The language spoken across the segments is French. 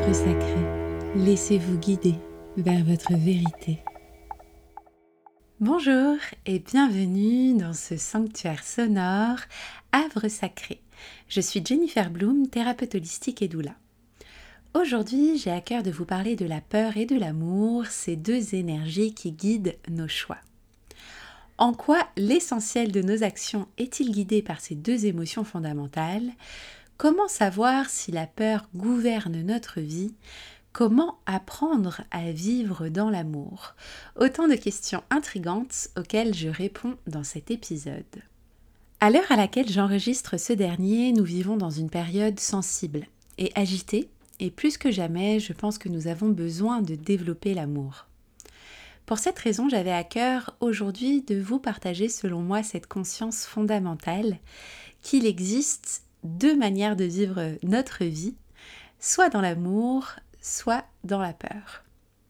Havre sacré, laissez-vous guider vers votre vérité. Bonjour et bienvenue dans ce sanctuaire sonore Havre sacré. Je suis Jennifer Bloom, thérapeute holistique et doula. Aujourd'hui, j'ai à cœur de vous parler de la peur et de l'amour, ces deux énergies qui guident nos choix. En quoi l'essentiel de nos actions est-il guidé par ces deux émotions fondamentales ? Comment savoir si la peur gouverne notre vie ? Comment apprendre à vivre dans l'amour ? Autant de questions intrigantes auxquelles je réponds dans cet épisode. À l'heure à laquelle j'enregistre ce dernier, nous vivons dans une période sensible et agitée, et plus que jamais, je pense que nous avons besoin de développer l'amour. Pour cette raison, j'avais à cœur aujourd'hui de vous partager selon moi cette conscience fondamentale qu'il existe deux manières de vivre notre vie, soit dans l'amour, soit dans la peur.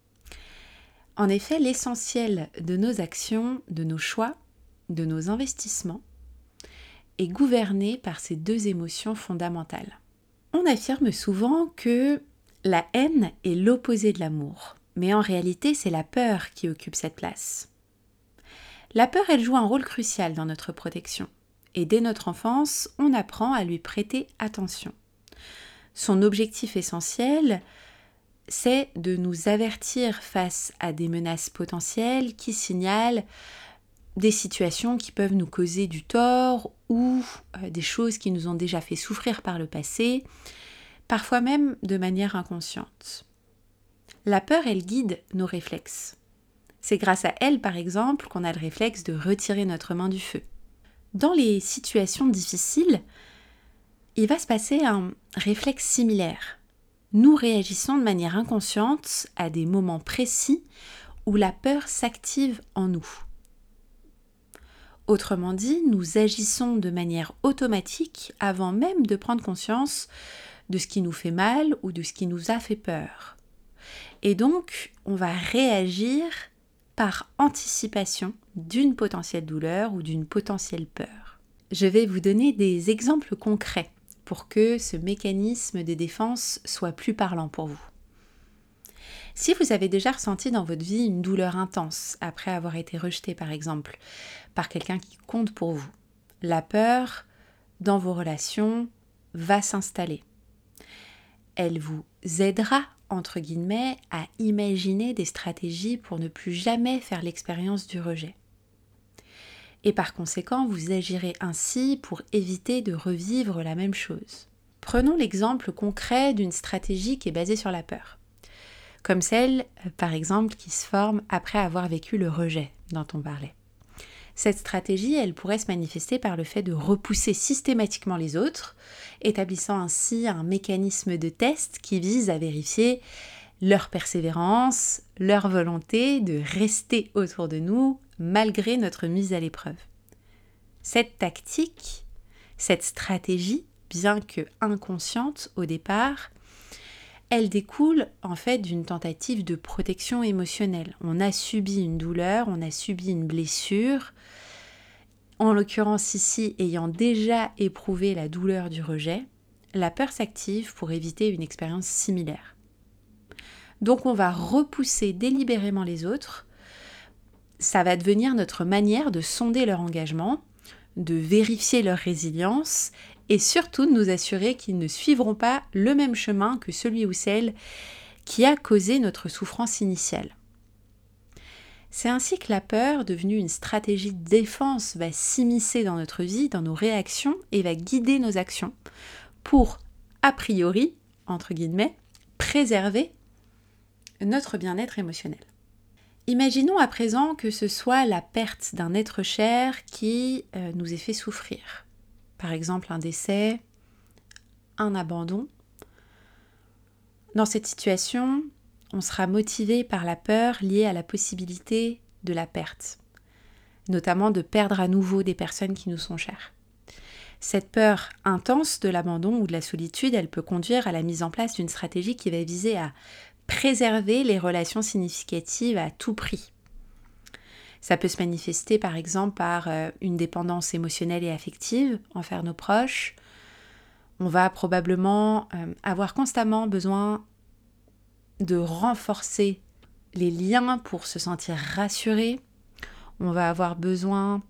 En effet, l'essentiel de nos actions, de nos choix, de nos investissements est gouverné par ces deux émotions fondamentales. On affirme souvent que la haine est l'opposé de l'amour, mais en réalité, c'est la peur qui occupe cette place. La peur, elle joue un rôle crucial dans notre protection. Et dès notre enfance, on apprend à lui prêter attention. Son objectif essentiel, c'est de nous avertir face à des menaces potentielles qui signalent des situations qui peuvent nous causer du tort ou des choses qui nous ont déjà fait souffrir par le passé, parfois même de manière inconsciente. La peur, elle guide nos réflexes. C'est grâce à elle, par exemple, qu'on a le réflexe de retirer notre main du feu. Dans les situations difficiles, il va se passer un réflexe similaire. Nous réagissons de manière inconsciente à des moments précis où la peur s'active en nous. Autrement dit, nous agissons de manière automatique avant même de prendre conscience de ce qui nous fait mal ou de ce qui nous a fait peur. Et donc, on va réagir par anticipation d'une potentielle douleur ou d'une potentielle peur. Je vais vous donner des exemples concrets pour que ce mécanisme de défense soit plus parlant pour vous. Si vous avez déjà ressenti dans votre vie une douleur intense après avoir été rejeté par exemple par quelqu'un qui compte pour vous, la peur dans vos relations va s'installer. Elle vous aidera entre guillemets, à imaginer des stratégies pour ne plus jamais faire l'expérience du rejet. Et par conséquent, vous agirez ainsi pour éviter de revivre la même chose. Prenons l'exemple concret d'une stratégie qui est basée sur la peur, comme celle, par exemple, qui se forme après avoir vécu le rejet dont on parlait. Cette stratégie, elle pourrait se manifester par le fait de repousser systématiquement les autres, établissant ainsi un mécanisme de test qui vise à vérifier leur persévérance, leur volonté de rester autour de nous malgré notre mise à l'épreuve. Cette tactique, cette stratégie, bien que inconsciente au départ, elle découle en fait d'une tentative de protection émotionnelle. On a subi une douleur, on a subi une blessure, en l'occurrence ici ayant déjà éprouvé la douleur du rejet, la peur s'active pour éviter une expérience similaire. Donc on va repousser délibérément les autres, ça va devenir notre manière de sonder leur engagement, de vérifier leur résilience et surtout de nous assurer qu'ils ne suivront pas le même chemin que celui ou celle qui a causé notre souffrance initiale. C'est ainsi que la peur, devenue une stratégie de défense, va s'immiscer dans notre vie, dans nos réactions et va guider nos actions pour, a priori, entre guillemets, préserver notre bien-être émotionnel. Imaginons à présent que ce soit la perte d'un être cher qui nous ait fait souffrir. Par exemple, un décès, un abandon. Dans cette situation, on sera motivé par la peur liée à la possibilité de la perte, notamment de perdre à nouveau des personnes qui nous sont chères. Cette peur intense de l'abandon ou de la solitude, elle peut conduire à la mise en place d'une stratégie qui va viser à préserver les relations significatives à tout prix. Ça peut se manifester par exemple par une dépendance émotionnelle et affective envers nos proches. On va probablement avoir constamment besoin de renforcer les liens pour se sentir rassuré. On va avoir besoin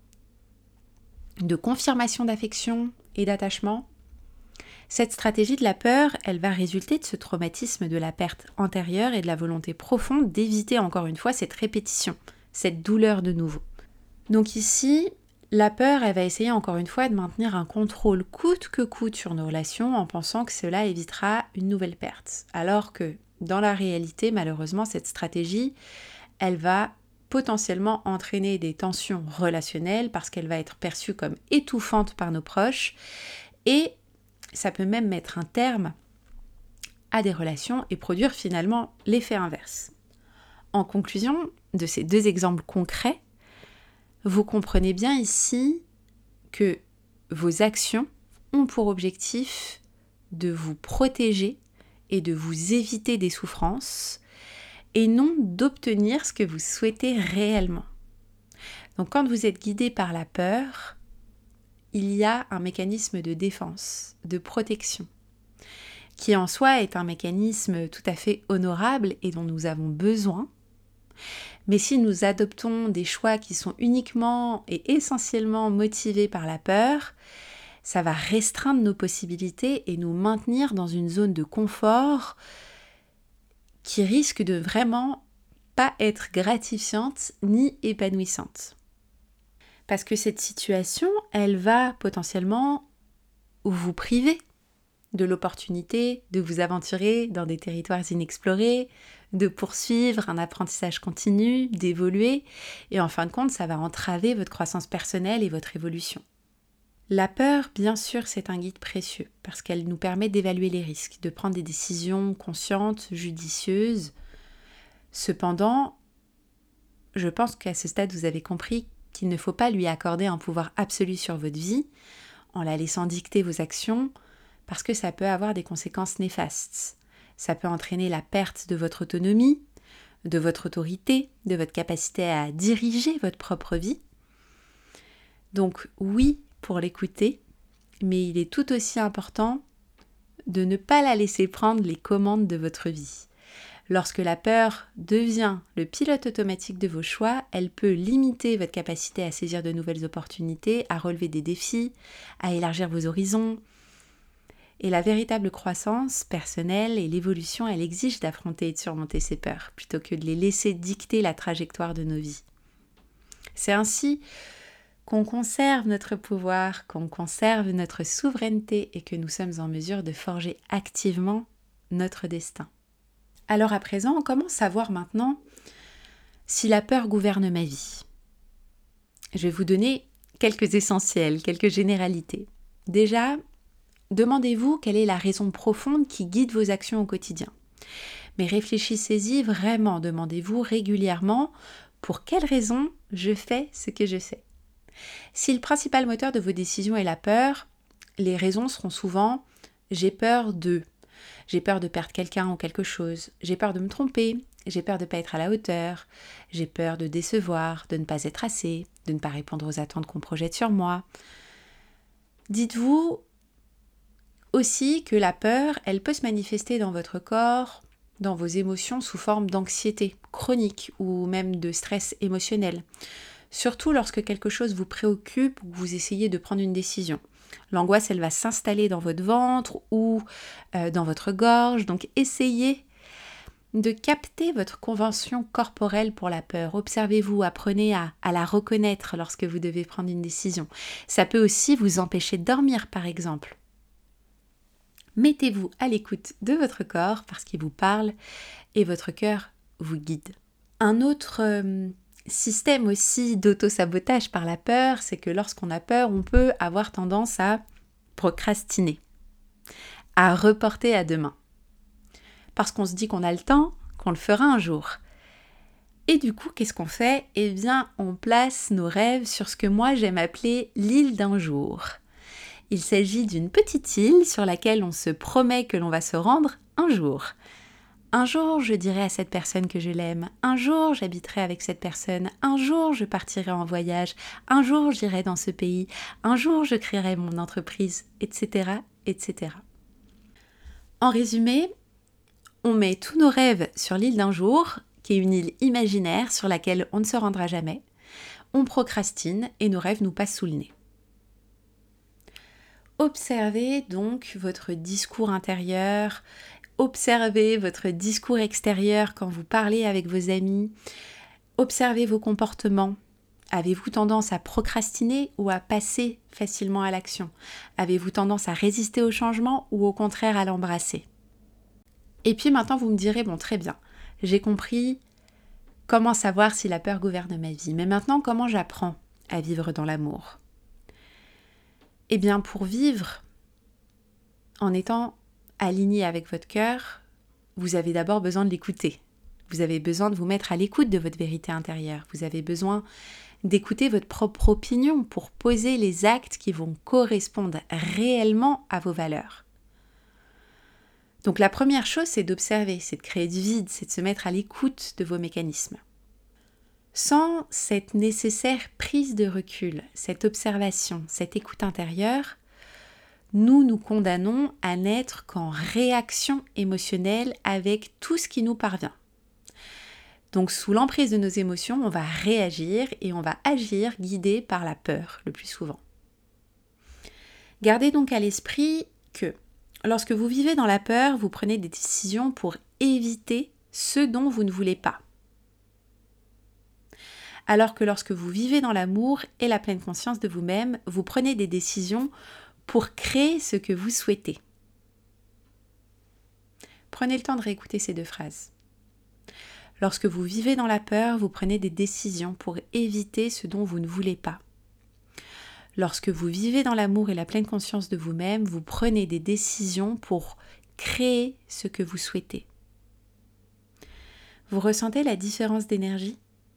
de confirmation d'affection et d'attachement. Cette stratégie de la peur, elle va résulter de ce traumatisme de la perte antérieure et de la volonté profonde d'éviter encore une fois cette répétition, cette douleur de nouveau. Donc ici, la peur, elle va essayer encore une fois de maintenir un contrôle coûte que coûte sur nos relations en pensant que cela évitera une nouvelle perte. Alors que dans la réalité, malheureusement, cette stratégie, elle va potentiellement entraîner des tensions relationnelles parce qu'elle va être perçue comme étouffante par nos proches et ça peut même mettre un terme à des relations et produire finalement l'effet inverse. En conclusion de ces deux exemples concrets, vous comprenez bien ici que vos actions ont pour objectif de vous protéger et de vous éviter des souffrances et non d'obtenir ce que vous souhaitez réellement. Donc quand vous êtes guidé par la peur, il y a un mécanisme de défense, de protection, qui en soi est un mécanisme tout à fait honorable et dont nous avons besoin. Mais si nous adoptons des choix qui sont uniquement et essentiellement motivés par la peur, ça va restreindre nos possibilités et nous maintenir dans une zone de confort qui risque de vraiment pas être gratifiante ni épanouissante. Parce que cette situation, elle va potentiellement vous priver de l'opportunité de vous aventurer dans des territoires inexplorés, de poursuivre un apprentissage continu, d'évoluer, et en fin de compte, ça va entraver votre croissance personnelle et votre évolution. La peur, bien sûr, c'est un guide précieux, parce qu'elle nous permet d'évaluer les risques, de prendre des décisions conscientes, judicieuses. Cependant, je pense qu'à ce stade, vous avez compris qu'il ne faut pas lui accorder un pouvoir absolu sur votre vie, en la laissant dicter vos actions, parce que ça peut avoir des conséquences néfastes. Ça peut entraîner la perte de votre autonomie, de votre autorité, de votre capacité à diriger votre propre vie. Donc oui, pour l'écouter, mais il est tout aussi important de ne pas la laisser prendre les commandes de votre vie. Lorsque la peur devient le pilote automatique de vos choix, elle peut limiter votre capacité à saisir de nouvelles opportunités, à relever des défis, à élargir vos horizons. Et la véritable croissance personnelle et l'évolution, elle exige d'affronter et de surmonter ces peurs, plutôt que de les laisser dicter la trajectoire de nos vies. C'est ainsi qu'on conserve notre pouvoir, qu'on conserve notre souveraineté et que nous sommes en mesure de forger activement notre destin. Alors à présent, comment savoir maintenant si la peur gouverne ma vie ? Je vais vous donner quelques essentiels, quelques généralités. Déjà, demandez-vous quelle est la raison profonde qui guide vos actions au quotidien. Mais réfléchissez-y vraiment, demandez-vous régulièrement pour quelle raison je fais ce que je fais. Si le principal moteur de vos décisions est la peur, les raisons seront souvent « j'ai peur de ». J'ai peur de perdre quelqu'un ou quelque chose. J'ai peur de me tromper. J'ai peur de ne pas être à la hauteur. J'ai peur de décevoir, de ne pas être assez, de ne pas répondre aux attentes qu'on projette sur moi. Dites-vous aussi que la peur, elle peut se manifester dans votre corps, dans vos émotions sous forme d'anxiété chronique ou même de stress émotionnel. Surtout lorsque quelque chose vous préoccupe ou que vous essayez de prendre une décision. L'angoisse, elle va s'installer dans votre ventre ou dans votre gorge. Donc, essayez de capter votre convention corporelle pour la peur. Observez-vous, apprenez à la reconnaître lorsque vous devez prendre une décision. Ça peut aussi vous empêcher de dormir, par exemple. Mettez-vous à l'écoute de votre corps parce qu'il vous parle et votre cœur vous guide. Un autre système aussi d'auto-sabotage par la peur, c'est que lorsqu'on a peur, on peut avoir tendance à procrastiner, à reporter à demain. Parce qu'on se dit qu'on a le temps, qu'on le fera un jour. Et du coup, qu'est-ce qu'on fait ? Eh bien, on place nos rêves sur ce que moi j'aime appeler l'île d'un jour. Il s'agit d'une petite île sur laquelle on se promet que l'on va se rendre un jour. Un jour, je dirai à cette personne que je l'aime. Un jour, j'habiterai avec cette personne. Un jour, je partirai en voyage. Un jour, j'irai dans ce pays. Un jour, je créerai mon entreprise, etc., etc. En résumé, On met tous nos rêves sur l'île d'un jour, qui est une île imaginaire sur laquelle on ne se rendra jamais. On procrastine et nos rêves nous passent sous le nez. Observez donc votre discours intérieur, observez votre discours extérieur quand vous parlez avec vos amis, observez vos comportements. Avez-vous tendance à procrastiner ou à passer facilement à l'action? Avez-vous tendance à résister au changement ou au contraire à l'embrasser? Et puis maintenant vous me direz, bon très bien, j'ai compris comment savoir si la peur gouverne ma vie, mais maintenant comment j'apprends à vivre dans l'amour? Eh bien, pour vivre en étant aligné avec votre cœur, vous avez d'abord besoin de l'écouter. Vous avez besoin de vous mettre à l'écoute de votre vérité intérieure. Vous avez besoin d'écouter votre propre opinion pour poser les actes qui vont correspondre réellement à vos valeurs. Donc la première chose, c'est d'observer, c'est de créer du vide, c'est de se mettre à l'écoute de vos mécanismes. Sans cette nécessaire prise de recul, cette observation, cette écoute intérieure, nous nous condamnons à n'être qu'en réaction émotionnelle avec tout ce qui nous parvient. Donc sous l'emprise de nos émotions, on va réagir et on va agir guidé par la peur le plus souvent. Gardez donc à l'esprit que lorsque vous vivez dans la peur, vous prenez des décisions pour éviter ce dont vous ne voulez pas. Alors que lorsque vous vivez dans l'amour et la pleine conscience de vous-même, vous prenez des décisions pour créer ce que vous souhaitez. Prenez le temps de réécouter ces deux phrases. Lorsque vous vivez dans la peur, vous prenez des décisions pour éviter ce dont vous ne voulez pas. Lorsque vous vivez dans l'amour et la pleine conscience de vous-même, vous prenez des décisions pour créer ce que vous souhaitez. Vous ressentez la différence d'énergie ?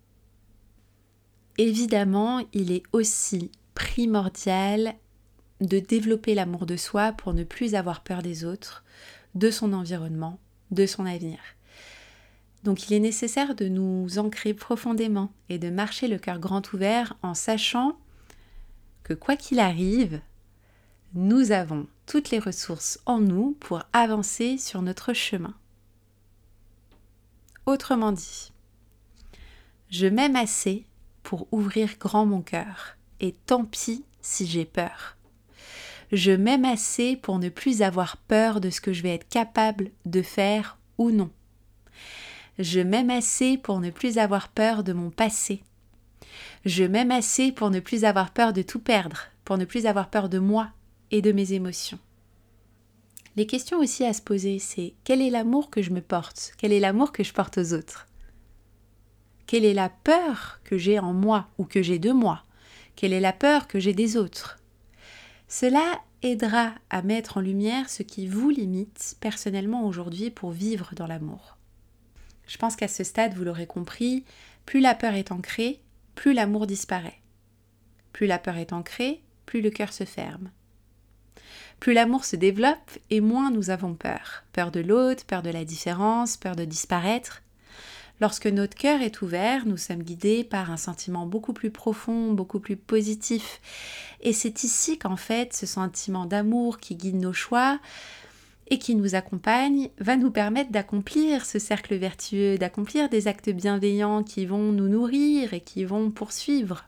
Évidemment, il est aussi primordial de développer l'amour de soi pour ne plus avoir peur des autres, de son environnement, de son avenir. Donc il est nécessaire de nous ancrer profondément et de marcher le cœur grand ouvert en sachant que quoi qu'il arrive, nous avons toutes les ressources en nous pour avancer sur notre chemin. Autrement dit, je m'aime assez pour ouvrir grand mon cœur, et tant pis si j'ai peur. Je m'aime assez pour ne plus avoir peur de ce que je vais être capable de faire ou non. Je m'aime assez pour ne plus avoir peur de mon passé. Je m'aime assez pour ne plus avoir peur de tout perdre, pour ne plus avoir peur de moi et de mes émotions. Les questions aussi à se poser, c'est quel est l'amour que je me porte? Quel est l'amour que je porte aux autres? Quelle est la peur que j'ai en moi ou que j'ai de moi? Quelle est la peur que j'ai des autres? Cela aidera à mettre en lumière ce qui vous limite personnellement aujourd'hui pour vivre dans l'amour. Je pense qu'à ce stade, vous l'aurez compris, plus la peur est ancrée, plus l'amour disparaît. Plus la peur est ancrée, plus le cœur se ferme. Plus l'amour se développe et moins nous avons peur. Peur de l'autre, peur de la différence, peur de disparaître. Lorsque notre cœur est ouvert, nous sommes guidés par un sentiment beaucoup plus profond, beaucoup plus positif. Et c'est ici qu'en fait, ce sentiment d'amour qui guide nos choix et qui nous accompagne va nous permettre d'accomplir ce cercle vertueux, d'accomplir des actes bienveillants qui vont nous nourrir et qui vont poursuivre.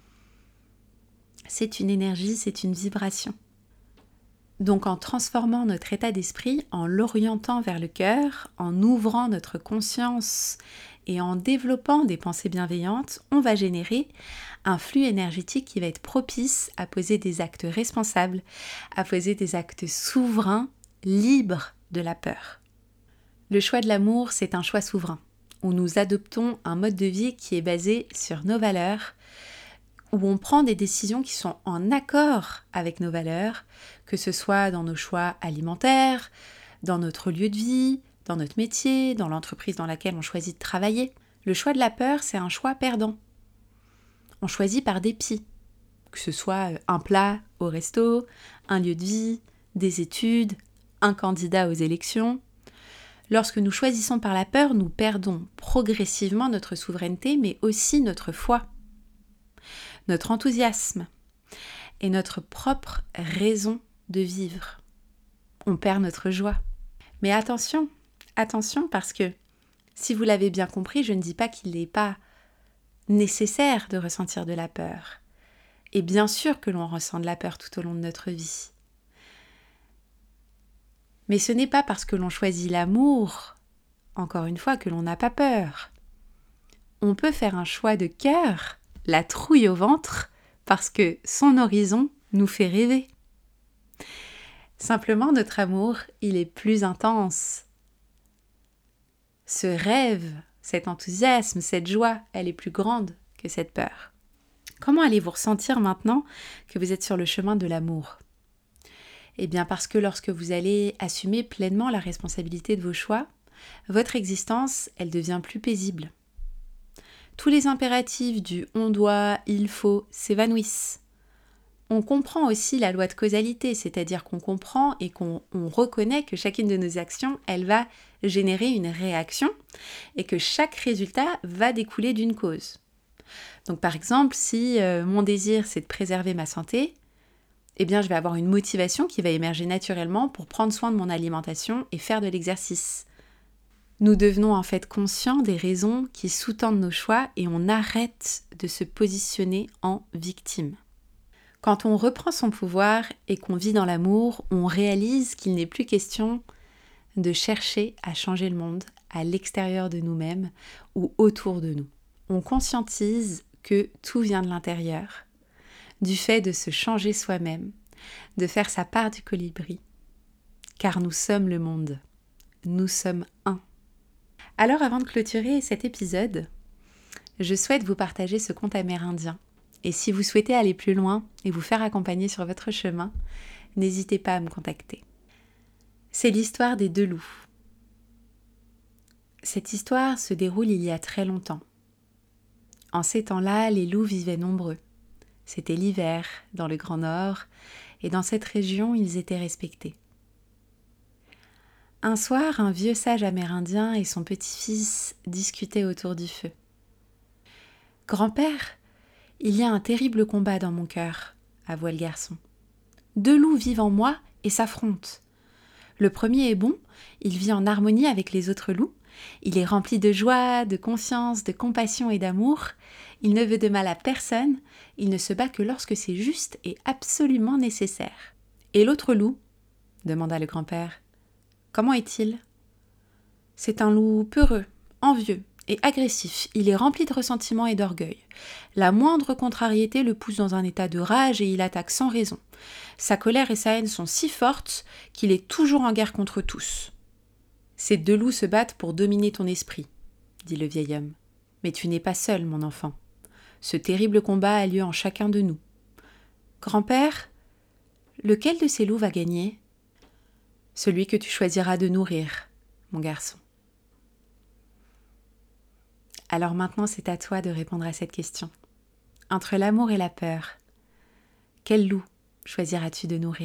C'est une énergie, c'est une vibration. Donc en transformant notre état d'esprit, en l'orientant vers le cœur, en ouvrant notre conscience et en développant des pensées bienveillantes, on va générer un flux énergétique qui va être propice à poser des actes responsables, à poser des actes souverains, libres de la peur. Le choix de l'amour, c'est un choix souverain, où nous adoptons un mode de vie qui est basé sur nos valeurs, où on prend des décisions qui sont en accord avec nos valeurs, que ce soit dans nos choix alimentaires, dans notre lieu de vie, dans notre métier, dans l'entreprise dans laquelle on choisit de travailler. Le choix de la peur, c'est un choix perdant. On choisit par dépit, que ce soit un plat au resto, un lieu de vie, des études, un candidat aux élections. Lorsque nous choisissons par la peur, nous perdons progressivement notre souveraineté, mais aussi notre foi, notre enthousiasme et notre propre raison de vivre. On perd notre joie. Mais attention, Attention parce que, si vous l'avez bien compris, je ne dis pas qu'il n'est pas nécessaire de ressentir de la peur. Et bien sûr que l'on ressent de la peur tout au long de notre vie. Mais ce n'est pas parce que l'on choisit l'amour, encore une fois, que l'on n'a pas peur. On peut faire un choix de cœur, la trouille au ventre, parce que son horizon nous fait rêver. Simplement, notre amour, il est plus intense. Ce rêve, cet enthousiasme, cette joie, elle est plus grande que cette peur. Comment allez-vous ressentir maintenant que vous êtes sur le chemin de l'amour ? Eh bien parce que lorsque vous allez assumer pleinement la responsabilité de vos choix, votre existence, elle devient plus paisible. Tous les impératifs du « on doit »,« il faut » s'évanouissent. On comprend aussi la loi de causalité, c'est-à-dire qu'on comprend et qu'on reconnaît que chacune de nos actions, elle va générer une réaction et que chaque résultat va découler d'une cause. Donc par exemple, si mon désir c'est de préserver ma santé, eh bien je vais avoir une motivation qui va émerger naturellement pour prendre soin de mon alimentation et faire de l'exercice. Nous devenons en fait conscients des raisons qui sous-tendent nos choix et on arrête de se positionner en victime. Quand on reprend son pouvoir et qu'on vit dans l'amour, on réalise qu'il n'est plus question de chercher à changer le monde à l'extérieur de nous-mêmes ou autour de nous. On conscientise que tout vient de l'intérieur, du fait de se changer soi-même, de faire sa part du colibri, car nous sommes le monde, nous sommes un. Alors avant de clôturer cet épisode, je souhaite vous partager ce conte amérindien. Et si vous souhaitez aller plus loin et vous faire accompagner sur votre chemin, n'hésitez pas à me contacter. C'est l'histoire des deux loups. Cette histoire se déroule il y a très longtemps. En ces temps-là, les loups vivaient nombreux. C'était l'hiver dans le Grand Nord et dans cette région, ils étaient respectés. Un soir, un vieux sage amérindien et son petit-fils discutaient autour du feu. « Grand-père, il y a un terrible combat dans mon cœur, » avoua le garçon. « 2 loups vivent en moi et s'affrontent. Le premier est bon, il vit en harmonie avec les autres loups, il est rempli de joie, de conscience, de compassion et d'amour, il ne veut de mal à personne, il ne se bat que lorsque c'est juste et absolument nécessaire. Et l'autre loup ? Demanda le grand-père. Comment est-il ? C'est un loup peureux, envieux et agressif. Il est rempli de ressentiment et d'orgueil. La moindre contrariété le pousse dans un état de rage et il attaque sans raison. Sa colère et sa haine sont si fortes qu'il est toujours en guerre contre tous. Ces 2 loups se battent pour dominer ton esprit, dit le vieil homme. Mais tu n'es pas seul, mon enfant. Ce terrible combat a lieu en chacun de nous. Grand-père, lequel de ces loups va gagner ? Celui que tu choisiras de nourrir, mon garçon. Alors maintenant, c'est à toi de répondre à cette question. Entre l'amour et la peur, quel loup choisiras-tu de nourrir ?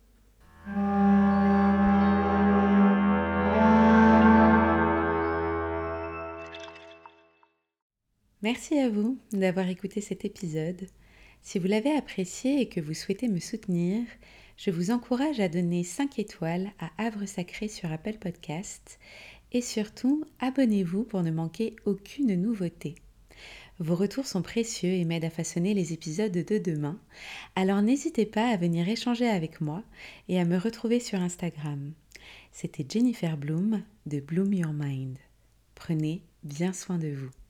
Merci à vous d'avoir écouté cet épisode. Si vous l'avez apprécié et que vous souhaitez me soutenir, je vous encourage à donner 5 étoiles à Havre Sacré sur Apple Podcast et surtout, abonnez-vous pour ne manquer aucune nouveauté. Vos retours sont précieux et m'aident à façonner les épisodes de demain, alors n'hésitez pas à venir échanger avec moi et à me retrouver sur Instagram. C'était Jennifer Bloom de Bloom Your Mind. Prenez bien soin de vous.